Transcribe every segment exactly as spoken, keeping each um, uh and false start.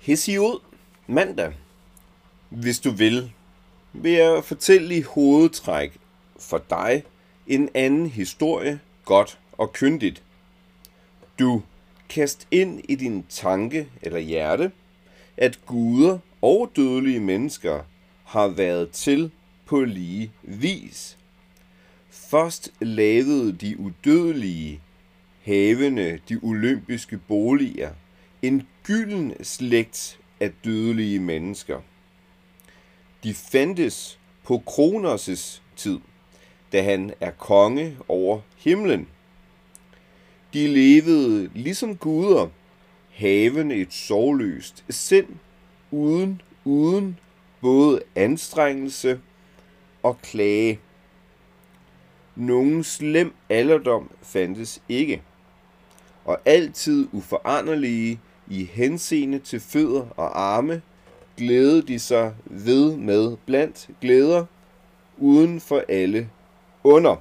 Hesiod mandag. Hvis du vil, vil jeg fortælle i hovedtræk for dig en anden historie, godt og kyndigt. Du kast ind i din tanke eller hjerte, at guder og dødelige mennesker har været til på lige vis. Først lavede de udødelige, havende de olympiske boliger, en gylden slægt af dødelige mennesker. De fandtes på Kronos' tid, da han er konge over himlen. De levede ligesom guder, havende et sorgløst sind, uden, uden både anstrengelse og klage. Nogen slem alderdom fandtes ikke, og altid uforanderlige i henseende til fødder og arme, glædede de sig ved med blandt glæder, uden for alle under.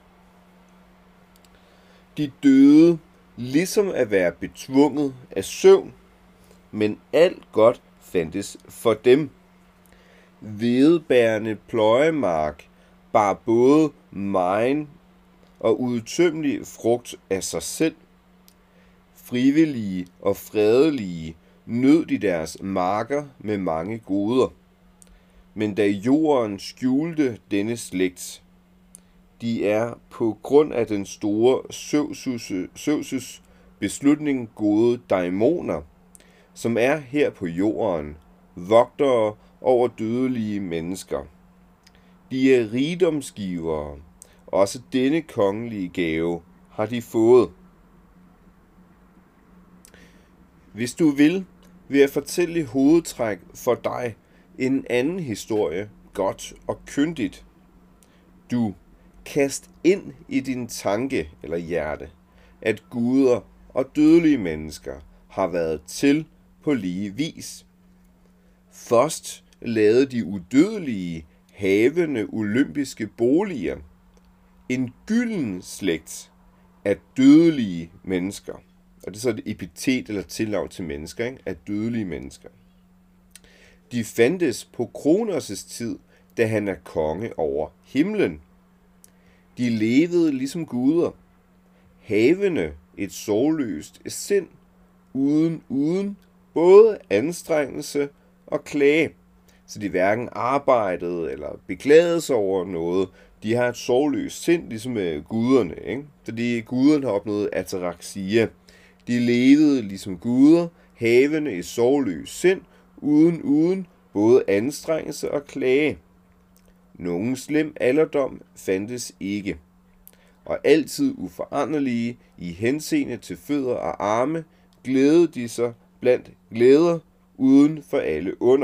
De døde ligesom at være betvunget af søvn, men alt godt fandtes for dem. Hvedebærende pløjemark bar både megen og udtømmelig frugt af sig selv. Frivillige og fredelige nød de deres marker med mange goder. Men da jorden skjulte denne slægt, de er på grund af den store Zeus' beslutning gode dæmoner, som er her på jorden, vogtere over dødelige mennesker. De er rigdomsgivere, også denne kongelige gave har de fået. Hvis du vil, vil jeg fortælle i hovedtræk for dig en anden historie, godt og kyndigt. Du kast ind i din tanke eller hjerte, at guder og dødelige mennesker har været til på lige vis. Først lavede de udødelige, havende olympiske boliger, en gylden slægt af dødelige mennesker. Og det er så et epitet eller tilnavn til mennesker, ikke? Af dødelige mennesker. De fandtes på Kronos' tid, da han er konge over himlen. De levede ligesom guder, havende et sorgløst sind, uden, uden både anstrengelse og klage. Så de hverken arbejdede eller beklagede sig over noget. De har et sorgløst sind, ligesom med guderne, ikke? Fordi guderne har opnået ataraxia. De levede ligesom guder, havende et sorgløst sind, uden, uden både anstrengelse og klage. Nogen slem alderdom fandtes ikke, og altid uforanderlige i henseende til fødder og arme, glædede de sig blandt glæder, uden for alle under.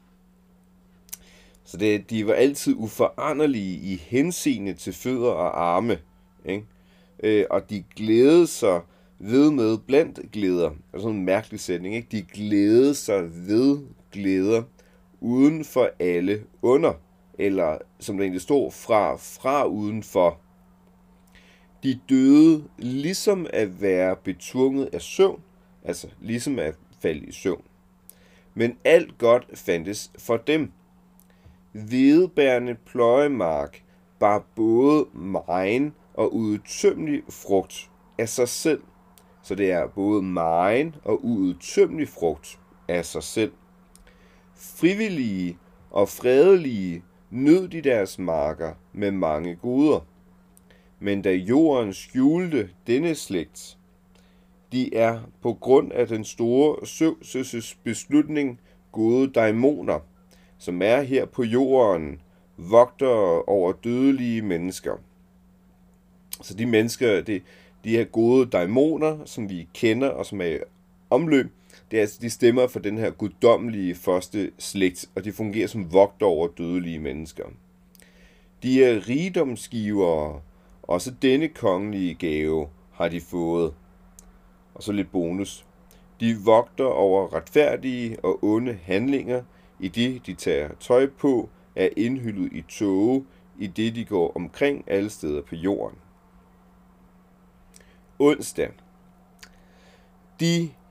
Så det, de var altid uforanderlige i henseende til fødder og arme, ikke? Øh, og de glædede sig ved med blandt glæder. Det er sådan en mærkelig sætning, ikke? De glædede sig ved glæder, uden for alle under. Eller som der egentlig står, fra, fra udenfor. De døde ligesom at være betvunget af søvn, altså ligesom at falde i søvn. Men alt godt fandtes for dem. Hvedebærende pløjemark bar både megen og udtømmelig frugt af sig selv. Så det er både megen og udtømmelig frugt af sig selv. Frivillige og fredelige nød de deres marker med mange goder. Men da jorden skjulte denne slægt, de er på grund af den store Zeus' beslutning gode dæmoner, som er her på jorden, vogtere over dødelige mennesker. Så de mennesker, de, de her gode dæmoner, som vi kender og som er i omløb, det er altså, de stemmer for den her guddommelige første slægt, og de fungerer som vogter over dødelige mennesker. De er rigdomsgivere, også denne kongelige gave har de fået. Og så lidt bonus. De vogter over retfærdige og onde handlinger, i det de tager tøj på, er indhyllet i tåge, i det de går omkring alle steder på jorden. Onsdag. De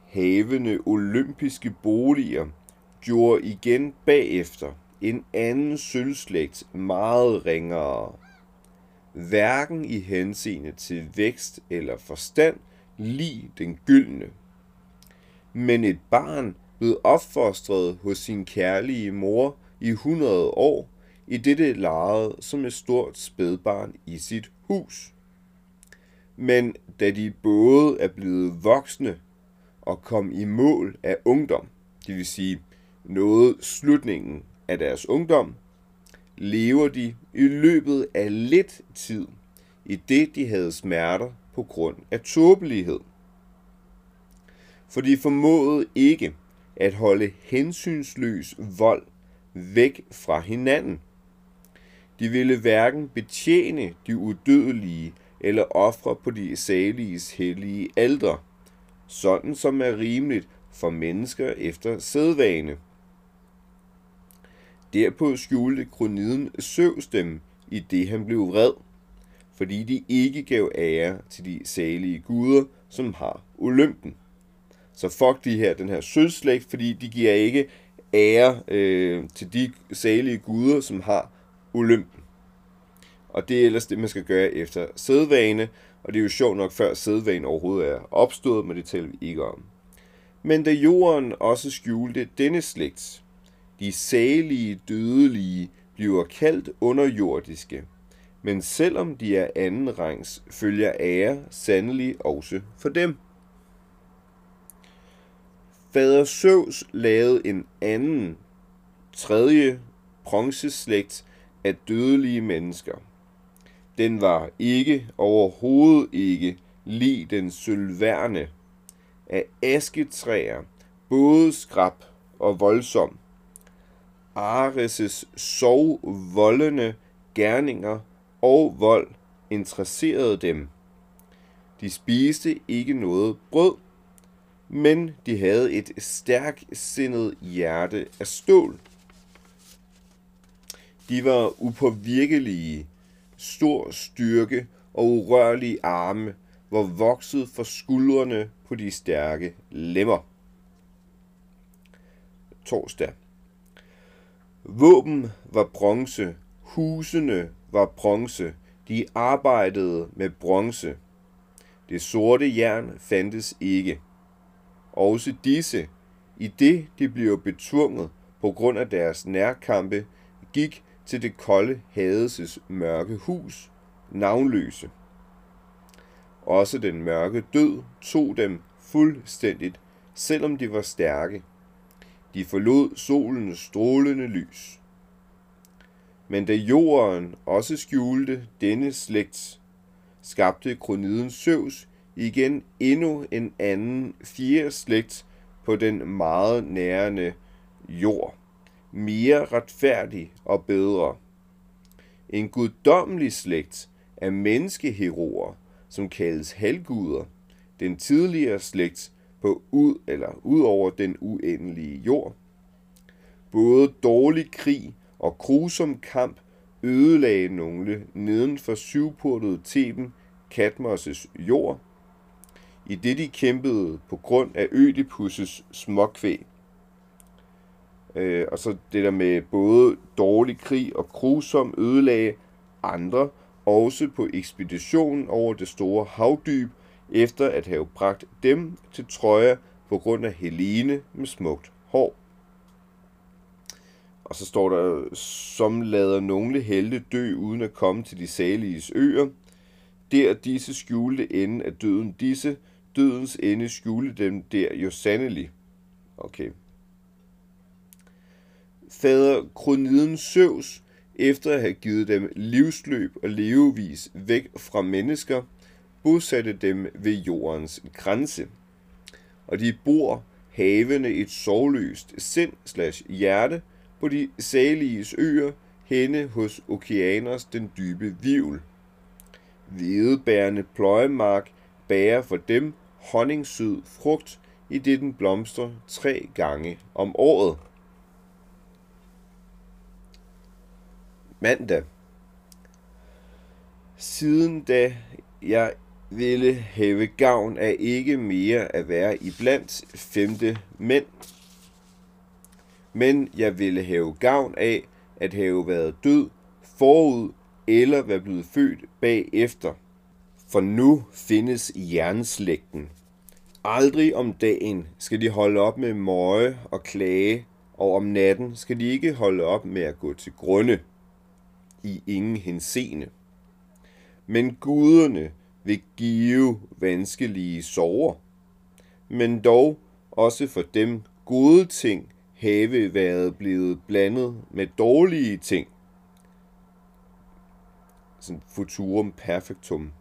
havende olympiske boliger gjorde igen bagefter en anden sølvslægt meget ringere, hverken i henseende til vækst eller forstand, lig den gyldne. Men et barn blev opfostret hos sin kærlige mor i hundrede år, i dette legede som et stort spædbarn i sit hus. Men da de både er blevet voksne og kom i mål af ungdom, det vil sige nåede slutningen af deres ungdom, lever de i løbet af lidt tid, i det de havde smerter på grund af tåbelighed. For de formåede ikke at holde hensynsløs vold væk fra hinanden. De ville hverken betjene de udødelige eller ofre på de saliges hellige alter, sådan som er rimeligt for mennesker efter sædvane. Derpå skjulte kroniden Zeus dem, i det han blev vred, fordi de ikke gav ære til de salige guder, som har Olympen. Så fuck de her, den her sølvslægt, fordi de giver ikke ære øh, til de salige guder, som har Olympen. Og det er ellers det, man skal gøre efter sædvane, og det er jo sjovt nok, før sædvane overhovedet er opstået, men det taler vi ikke om. Men da jorden også skjulte denne slægt, de salige dødelige bliver kaldt underjordiske, men selvom de er anden rangs, følger ære sandelig også for dem. Fader Zeus lavede en anden, tredje bronzeslægt af dødelige mennesker. Den var ikke, overhovedet ikke, lig den sølvværne, af asketræer, både skrab og voldsom. Ares' sovvoldende gerninger og vold interesserede dem. De spiste ikke noget brød, men de havde et stærksindet hjerte af stål. De var upåvirkelige, stor styrke og urørlige arme, var vokset fra skuldrene på de stærke lemmer. Torsdag. Våben var bronze, husene var bronze, de arbejdede med bronze. Det sorte jern fandtes ikke. Også disse, i det de blev betvunget på grund af deres nærkampe, gik til det kolde Hades' mørke hus, navnløse. Også den mørke død tog dem fuldstændigt, selvom de var stærke. De forlod solens strålende lys. Men da jorden også skjulte denne slægt, skabte kroniden Zeus igen endnu en anden fjerde slægt på den meget nærende jord, mere retfærdig og bedre. En guddommelig slægt af menneskeheroer, som kaldes halvguder, den tidligere slægt på ud eller ud over den uendelige jord. Både dårlig krig og grusom kamp ødelagde nogle neden for syvportet Theben, Kadmos' jord, i det de kæmpede på grund af Ødipus' småkvæg. Øh, og så det der med både dårlig krig og grusom ødelagde andre, også på ekspeditionen over det store havdyb, efter at have bragt dem til Troja på grund af Helene med smukt hår. Og så står der, som lader nogle helte dø uden at komme til de saliges øer. Der disse skjulte enden af døden disse, dødens ende skjulte dem der jo sandelig. Okay. Fader kroniden Zeus, efter at have givet dem livsløb og levevis væk fra mennesker, bosatte dem ved jordens grænse. Og de bor havende et sorgløst sind slash hjerte på de saliges øer, henne hos okeaners den dybe hvirvel. Hvedebærende pløjemark bærer for dem honningsød frugt, i det den blomstrer tre gange om året. Mandag. Siden da jeg ville have gavn af ikke mere at være iblandt femte mænd, men jeg ville have gavn af at have været død forud eller være blevet født bagefter. For nu findes jernslægten. Aldrig om dagen skal de holde op med møje og klage, og om natten skal de ikke holde op med at gå til grunde i ingen henseende. Men guderne vil give vanskelige sorger, men dog også for dem gode ting have været blevet blandet med dårlige ting. Sådan futurum perfectum.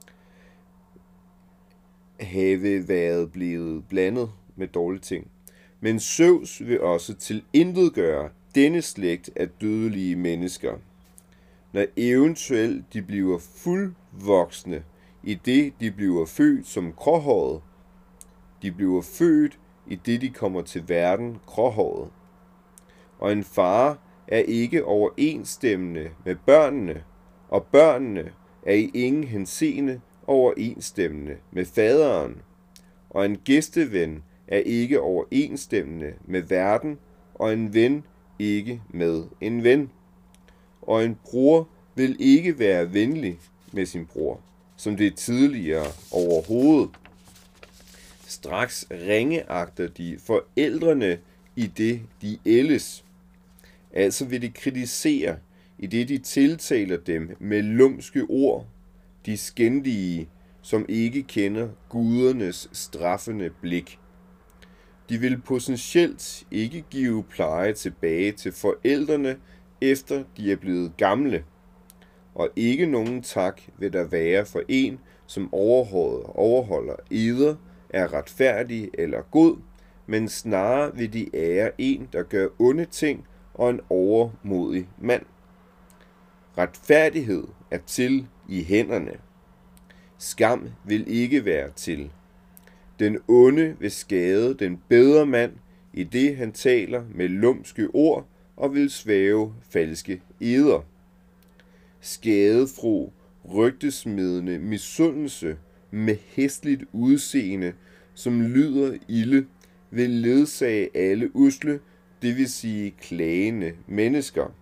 Have været blevet blandet med dårlige ting. Men Zeus vil også tilintetgøre denne slægt af dødelige mennesker, når eventuelt de bliver fuldvoksne, i det de bliver født som gråhåret. De bliver født, i det de kommer til verden gråhåret. Og en far er ikke overensstemmende med børnene, og børnene er i ingen henseende overensstemmende med faderen. Og en gæsteven er ikke overensstemmende med verden, og en ven ikke med en ven. Og en bror vil ikke være venlig med sin bror, som det tidligere overhovedet. Straks ringeagter de forældrene i det, de ældes. Altså vil de kritisere, i det de tiltaler dem med lumske ord, de skændige, som ikke kender gudernes straffende blik. De vil potentielt ikke give pleje tilbage til forældrene, efter de er blevet gamle. Og ikke nogen tak vil der være for en, som overholder, overholder eder, er retfærdig eller god, men snarere vil de ære en, der gør onde ting, og en overmodig mand. Retfærdighed er til i hænderne. Skam vil ikke være til. Den onde vil skade den bedre mand, i det han taler med lumske ord og vil svæve falske eder. Skadefro, rygtesmedende misundelse med hæsligt udseende, som lyder ilde, vil ledsage alle usle, det vil sige klagende mennesker.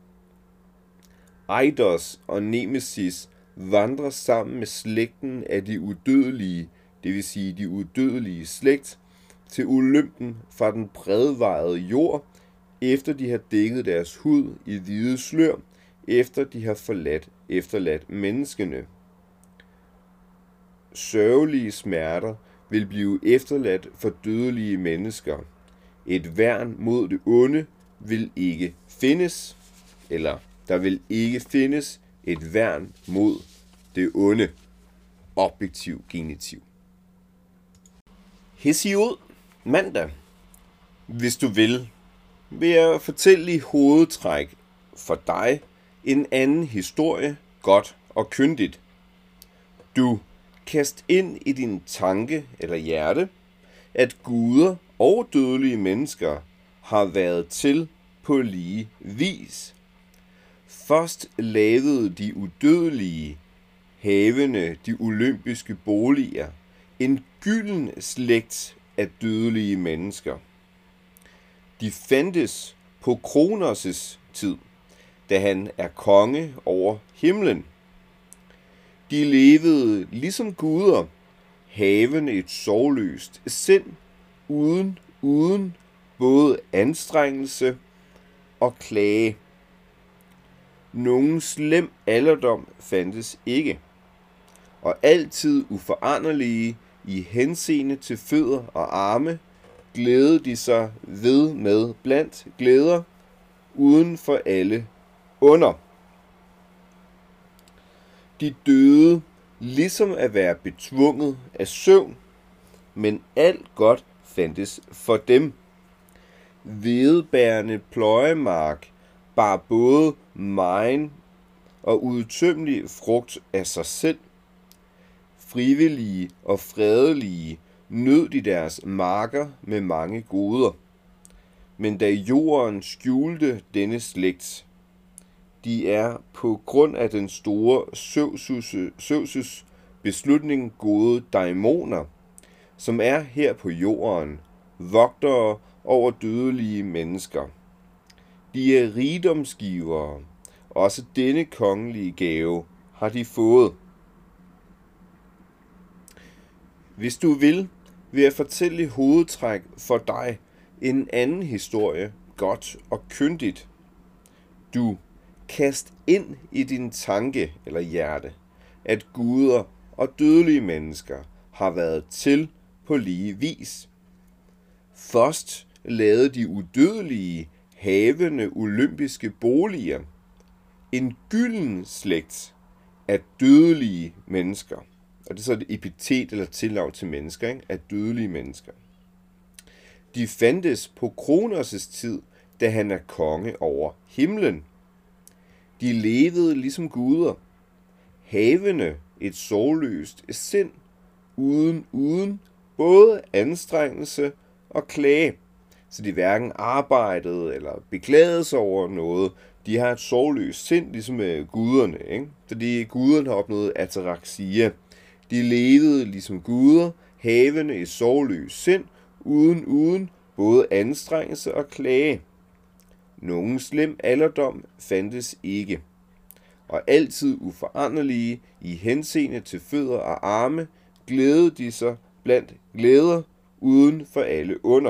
Eidos og Nemesis vandrer sammen med slægten af de udødelige, det vil sige de udødelige slægt, til Olympen fra den bredvejede jord, efter de har dækket deres hud i hvide slør, efter de har forladt efterladt menneskene. Sørgelige smerter vil blive efterladt for dødelige mennesker. Et værn mod det onde vil ikke findes, eller der vil ikke findes et værn mod det onde. Objektiv genitiv. Hesiod, mandag. Hvis du vil, vil jeg fortælle i hovedtræk for dig en anden historie, godt og kyndigt. Du kast ind i din tanke eller hjerte, at guder og dødelige mennesker har været til på lige vis. Først lavede de udødelige, havende de olympiske boliger, en gylden slægt af dødelige mennesker. De fandtes på Kronos' tid, da han er konge over himlen. De levede ligesom guder, havende et sorgløst sind, uden, uden både anstrengelse og klage. Nogen slem alderdom fandtes ikke, og altid uforanderlige i henseende til fødder og arme, glædede de sig ved med blandt glæder, uden for alle under. De døde ligesom at være betvunget af søvn, men alt godt fandtes for dem. Hvedebærende pløjemark bar både megen og udtømmelig frugt af sig selv. Frivillige og fredelige nød de deres marker med mange goder. Men da jorden skjulte denne slægt, de er på grund af den store Zeus' beslutning gode dæmoner, som er her på jorden, vogtere over dødelige mennesker. De er rigdomsgivere. Også denne kongelige gave har de fået. Hvis du vil, vil jeg fortælle i hovedtræk for dig en anden historie, godt og kyndigt. Du kast ind i din tanke eller hjerte, at guder og dødelige mennesker har været til på lige vis. Først lavede de udødelige havende olympiske boliger, en gylden slægt af dødelige mennesker. Og det er så et epitet eller tilnavn til mennesker, ikke? Af dødelige mennesker. De fandtes på Kronos' tid, da han er konge over himlen. De levede ligesom guder, havende et sorgløst sind, uden uden både anstrengelse og klage. Så de hverken arbejdede eller beklagede sig over noget. De har et sorgløst sind, ligesom med guderne, ikke? Fordi guderne har opnået ataraxia. De levede ligesom guder, havende et sorgløst sind, uden uden både anstrengelse og klage. Nogen slem alderdom fandtes ikke, og altid uforanderlige i henseende til fødder og arme, glædede de sig blandt glæder uden for alle under.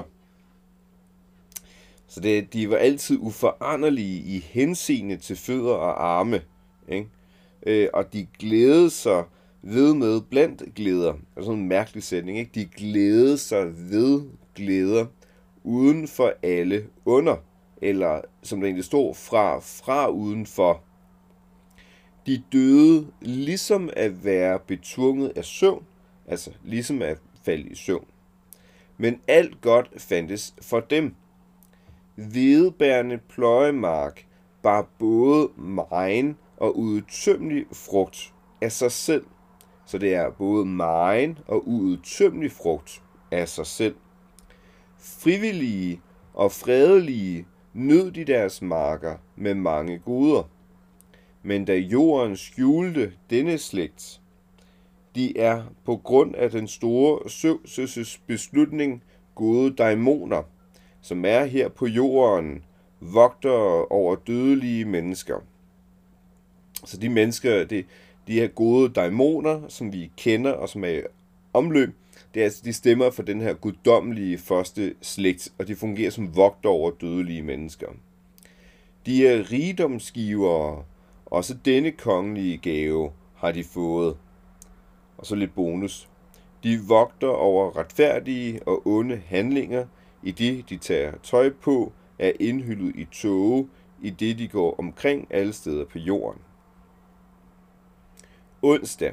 Så det, de var altid uforanderlige i henseende til fødder og arme, ikke? Øh, og de glædede sig ved med blandt glæder. Det er sådan en mærkelig sætning, ikke? De glædede sig ved glæder uden for alle under, eller som der egentlig står, fra, fra udenfor. De døde ligesom at være betvunget af søvn, altså ligesom at falde i søvn. Men alt godt fandtes for dem. Hvedebærende pløjemark bar både megen og uudtømmelig frugt af sig selv. Så det er både megen og uudtømmelig frugt af sig selv. Frivillige og fredelige nød de deres marker med mange goder. Men da jorden skjulte denne slægt, de er på grund af den store Zeus' beslutning gode dæmoner, som er her på jorden, vogtere over dødelige mennesker. Så de mennesker, de, de her gode dæmoner, som vi kender og som er i omløb, det er altså, de stemmer for den her guddommelige første slægt, og de fungerer som vogtere over dødelige mennesker. De er rigdomsgivere. Også denne kongelige gave har de fået. Og så lidt bonus. De vogter over retfærdige og onde handlinger, i det de tager tøj på, er indhyllet i tåge, i det de går omkring alle steder på jorden. Onsdag.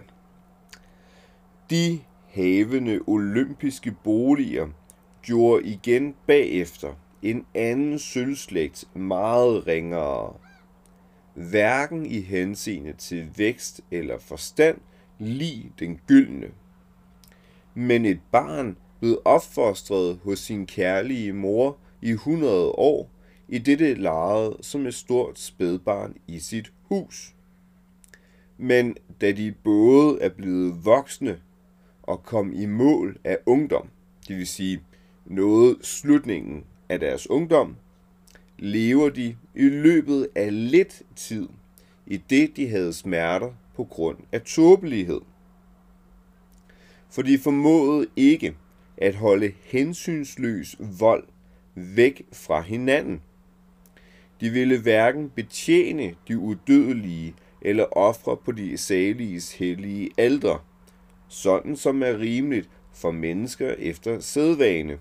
De havende olympiske boliger gjorde igen bagefter en anden sølvslægt meget ringere. Hverken i henseende til vækst eller forstand lig den gyldne. Men et barn blev opfostret hos sin kærlige mor i hundrede år, i dette legede som et stort spædbarn i sit hus. Men da de både er blevet voksne og kom i mål af ungdom, det vil sige nåede slutningen af deres ungdom, lever de i løbet af lidt tid, i det de havde smerter på grund af tåbelighed. For de formåede ikke at holde hensynsløs vold væk fra hinanden. De ville hverken betjene de udødelige eller ofre på de saliges hellige altre, sådan som er rimeligt for mennesker efter sædvane.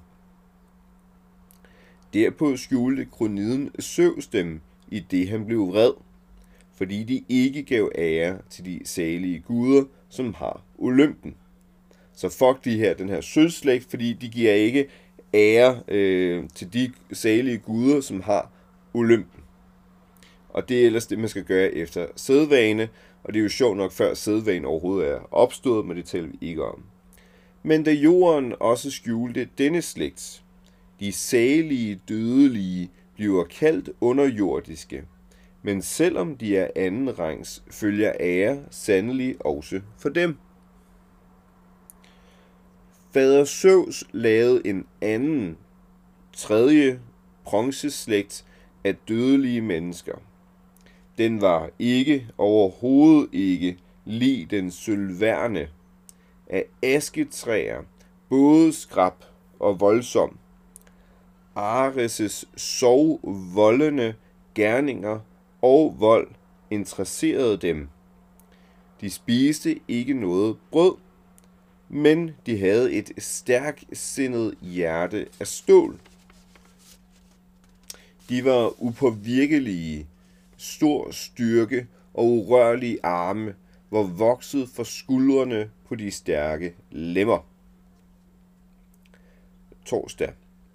Derpå skjulte kroniden Zeus dem, i det han blev vred, fordi de ikke gav ære til de salige guder, som har Olympen. Så fuck de her, den her sølvslægt, fordi de giver ikke ære øh, til de salige guder, som har Olympen. Og det er ellers det, man skal gøre efter sædvane, og det er jo sjovt nok, før sædvane overhovedet er opstået, men det taler vi ikke om. Men da jorden også skjulte denne slægt, de salige dødelige bliver kaldt underjordiske, men selvom de er anden rangs, følger ære sandelig også for dem. Fader Zeus lavede en anden, tredje bronzeslægt af dødelige mennesker. Den var ikke, overhovedet ikke, lig den sølvværne af asketræer, både skrab og voldsom. Ares' sovvoldende gerninger og vold interesserede dem. De spiste ikke noget brød, men de havde et stærksindet hjerte af stål. De var upåvirkelige, stor styrke og urørlige arme var vokset fra skuldrene på de stærke lemmer. Torsdag.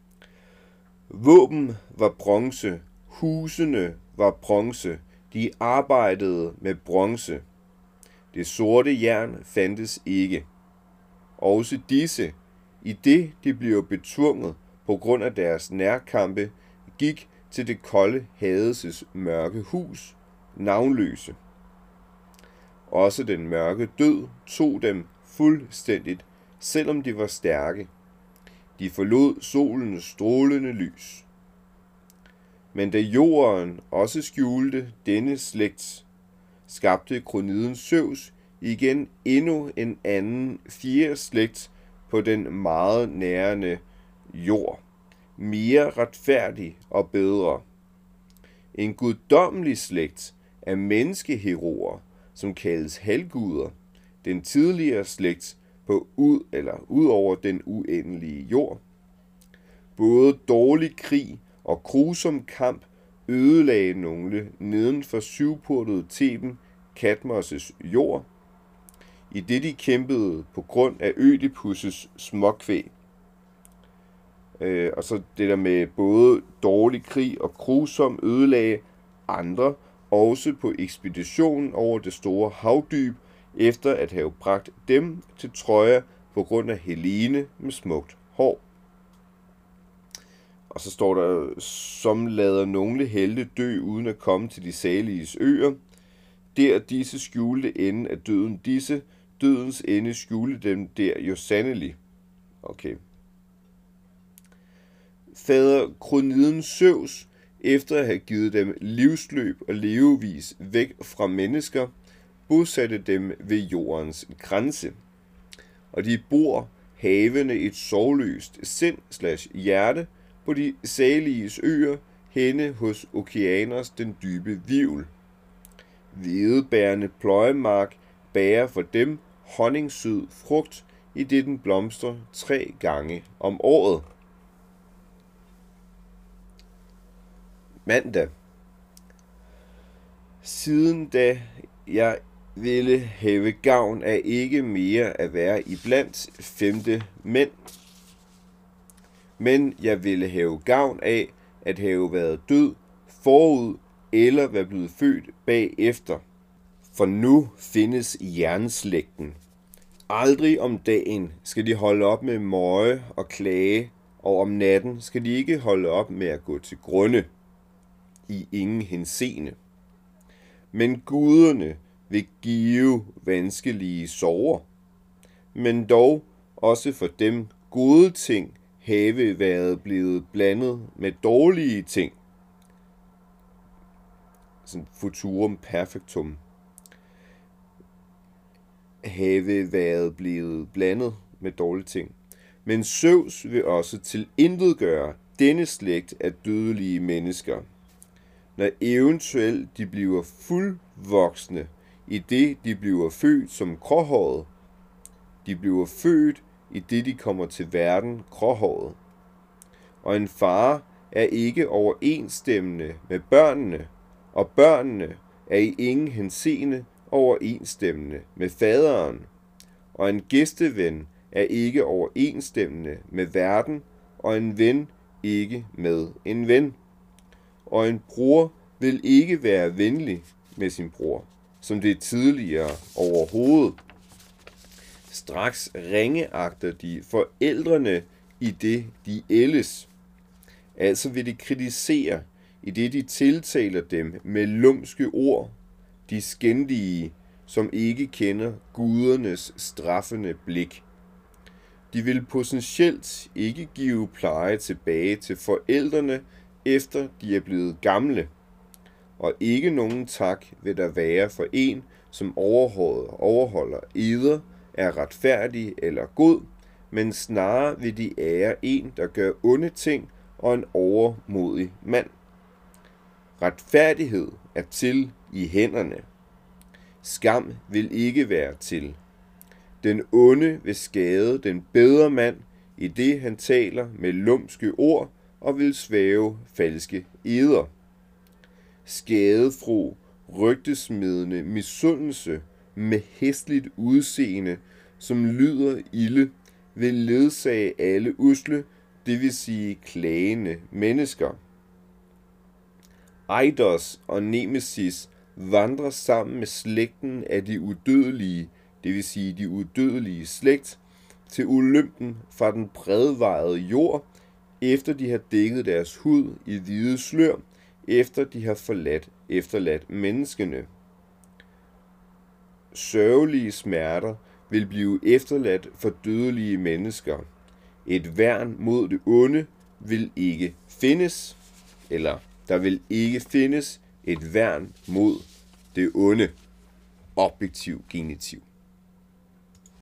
Våben var bronze, husene var bronze, de arbejdede med bronze. Det sorte jern fandtes ikke. Også disse, i det de blev betvunget på grund af deres nærkampe, gik til det kolde Hades' mørke hus, navnløse. Også den mørke død tog dem fuldstændigt, selvom de var stærke. De forlod solens strålende lys. Men da jorden også skjulte denne slægt, skabte kroniden Zeus igen endnu en anden fjerde slægt på den meget nærende jord, mere retfærdig og bedre. En guddommelig slægt af menneskeheroer, som kaldes halvguder, den tidligere slægt på ud eller ud over den uendelige jord. Både dårlig krig og grusom kamp ødelagde nogle neden for syvportede Theben, Kadmos' jord, i det de kæmpede på grund af Ødipus' småkvæg. Øh, og så det der med både dårlig krig og grusom ødelagde andre, også på ekspeditionen over det store havdyb, efter at have bragt dem til Troja på grund af Helene med smukt hår. Og så står der, som lader nogle helte dø uden at komme til de saliges øer. Der disse skjulte enden af døden disse, dødens ende skjulte dem der jo sandelig. Okay. Fader kroniden Zeus, efter at have givet dem livsløb og levevis væk fra mennesker, bosatte dem ved jordens grænse. Og de bor havende et sorgløst sind slash hjerte på de saliges øer henne hos okeaners den dybe hvirvel. Hvedebærende pløjemark bærer for dem honningsød frugt, i det den blomstrer tre gange om året. Mandag. Siden da jeg ville have gavn af ikke mere at være iblandt femte mænd, men jeg ville have gavn af at have været død forud eller være blevet født bagefter. For nu findes jernslægten. Aldrig om dagen skal de holde op med møje og klage, og om natten skal de ikke holde op med at gå til grunde. I ingen henseende. Men guderne vil give vanskelige sorger, men dog også for dem gode ting have været blevet blandet med dårlige ting. Sådan futurum perfectum. Have været blevet blandet med dårlige ting. Men Zeus vil også tilintetgøre denne slægt af dødelige mennesker, når eventuelt de bliver fuldvoksne, i det de bliver født som gråhåret. De bliver født, i det de kommer til verden gråhåret. Og en far er ikke overensstemmende med børnene, og børnene er i ingen henseende overensstemmende med faderen. Og en gæsteven er ikke overensstemmende med verden, og en ven ikke med en ven. Og en bror vil ikke være venlig med sin bror, som det tidligere overhovedet. Straks ringeagter de forældrene i det, de ældes. Altså vil de kritisere, i det de tiltaler dem med lumske ord, de skændige, som ikke kender gudernes straffende blik. De vil potentielt ikke give pleje tilbage til forældrene, efter de er blevet gamle. Og ikke nogen tak vil der være for en, som overholder, overholder eder, er retfærdig eller god, men snarere vil de ære en, der gør onde ting, og en overmodig mand. Retfærdighed er til i hænderne. Skam vil ikke være til. Den onde vil skade den bedre mand, i det han taler med lumske ord og vil svæve falske eder. Skadefro, rygtesmedende misundelse med hæsligt udseende, som lyder ilde, vil ledsage alle usle, det vil sige klagende mennesker. Eidos og Nemesis vandrer sammen med slægten af de udødelige, det vil sige de udødelige slægt, til Olympen fra den bredvejede jord, efter de har dækket deres hud i hvide slør, efter de har forladt efterladt menneskene. Sørgelige smerter vil blive efterladt for dødelige mennesker. Et værn mod det onde vil ikke findes, eller der vil ikke findes et værn mod det onde. Objektiv genitiv.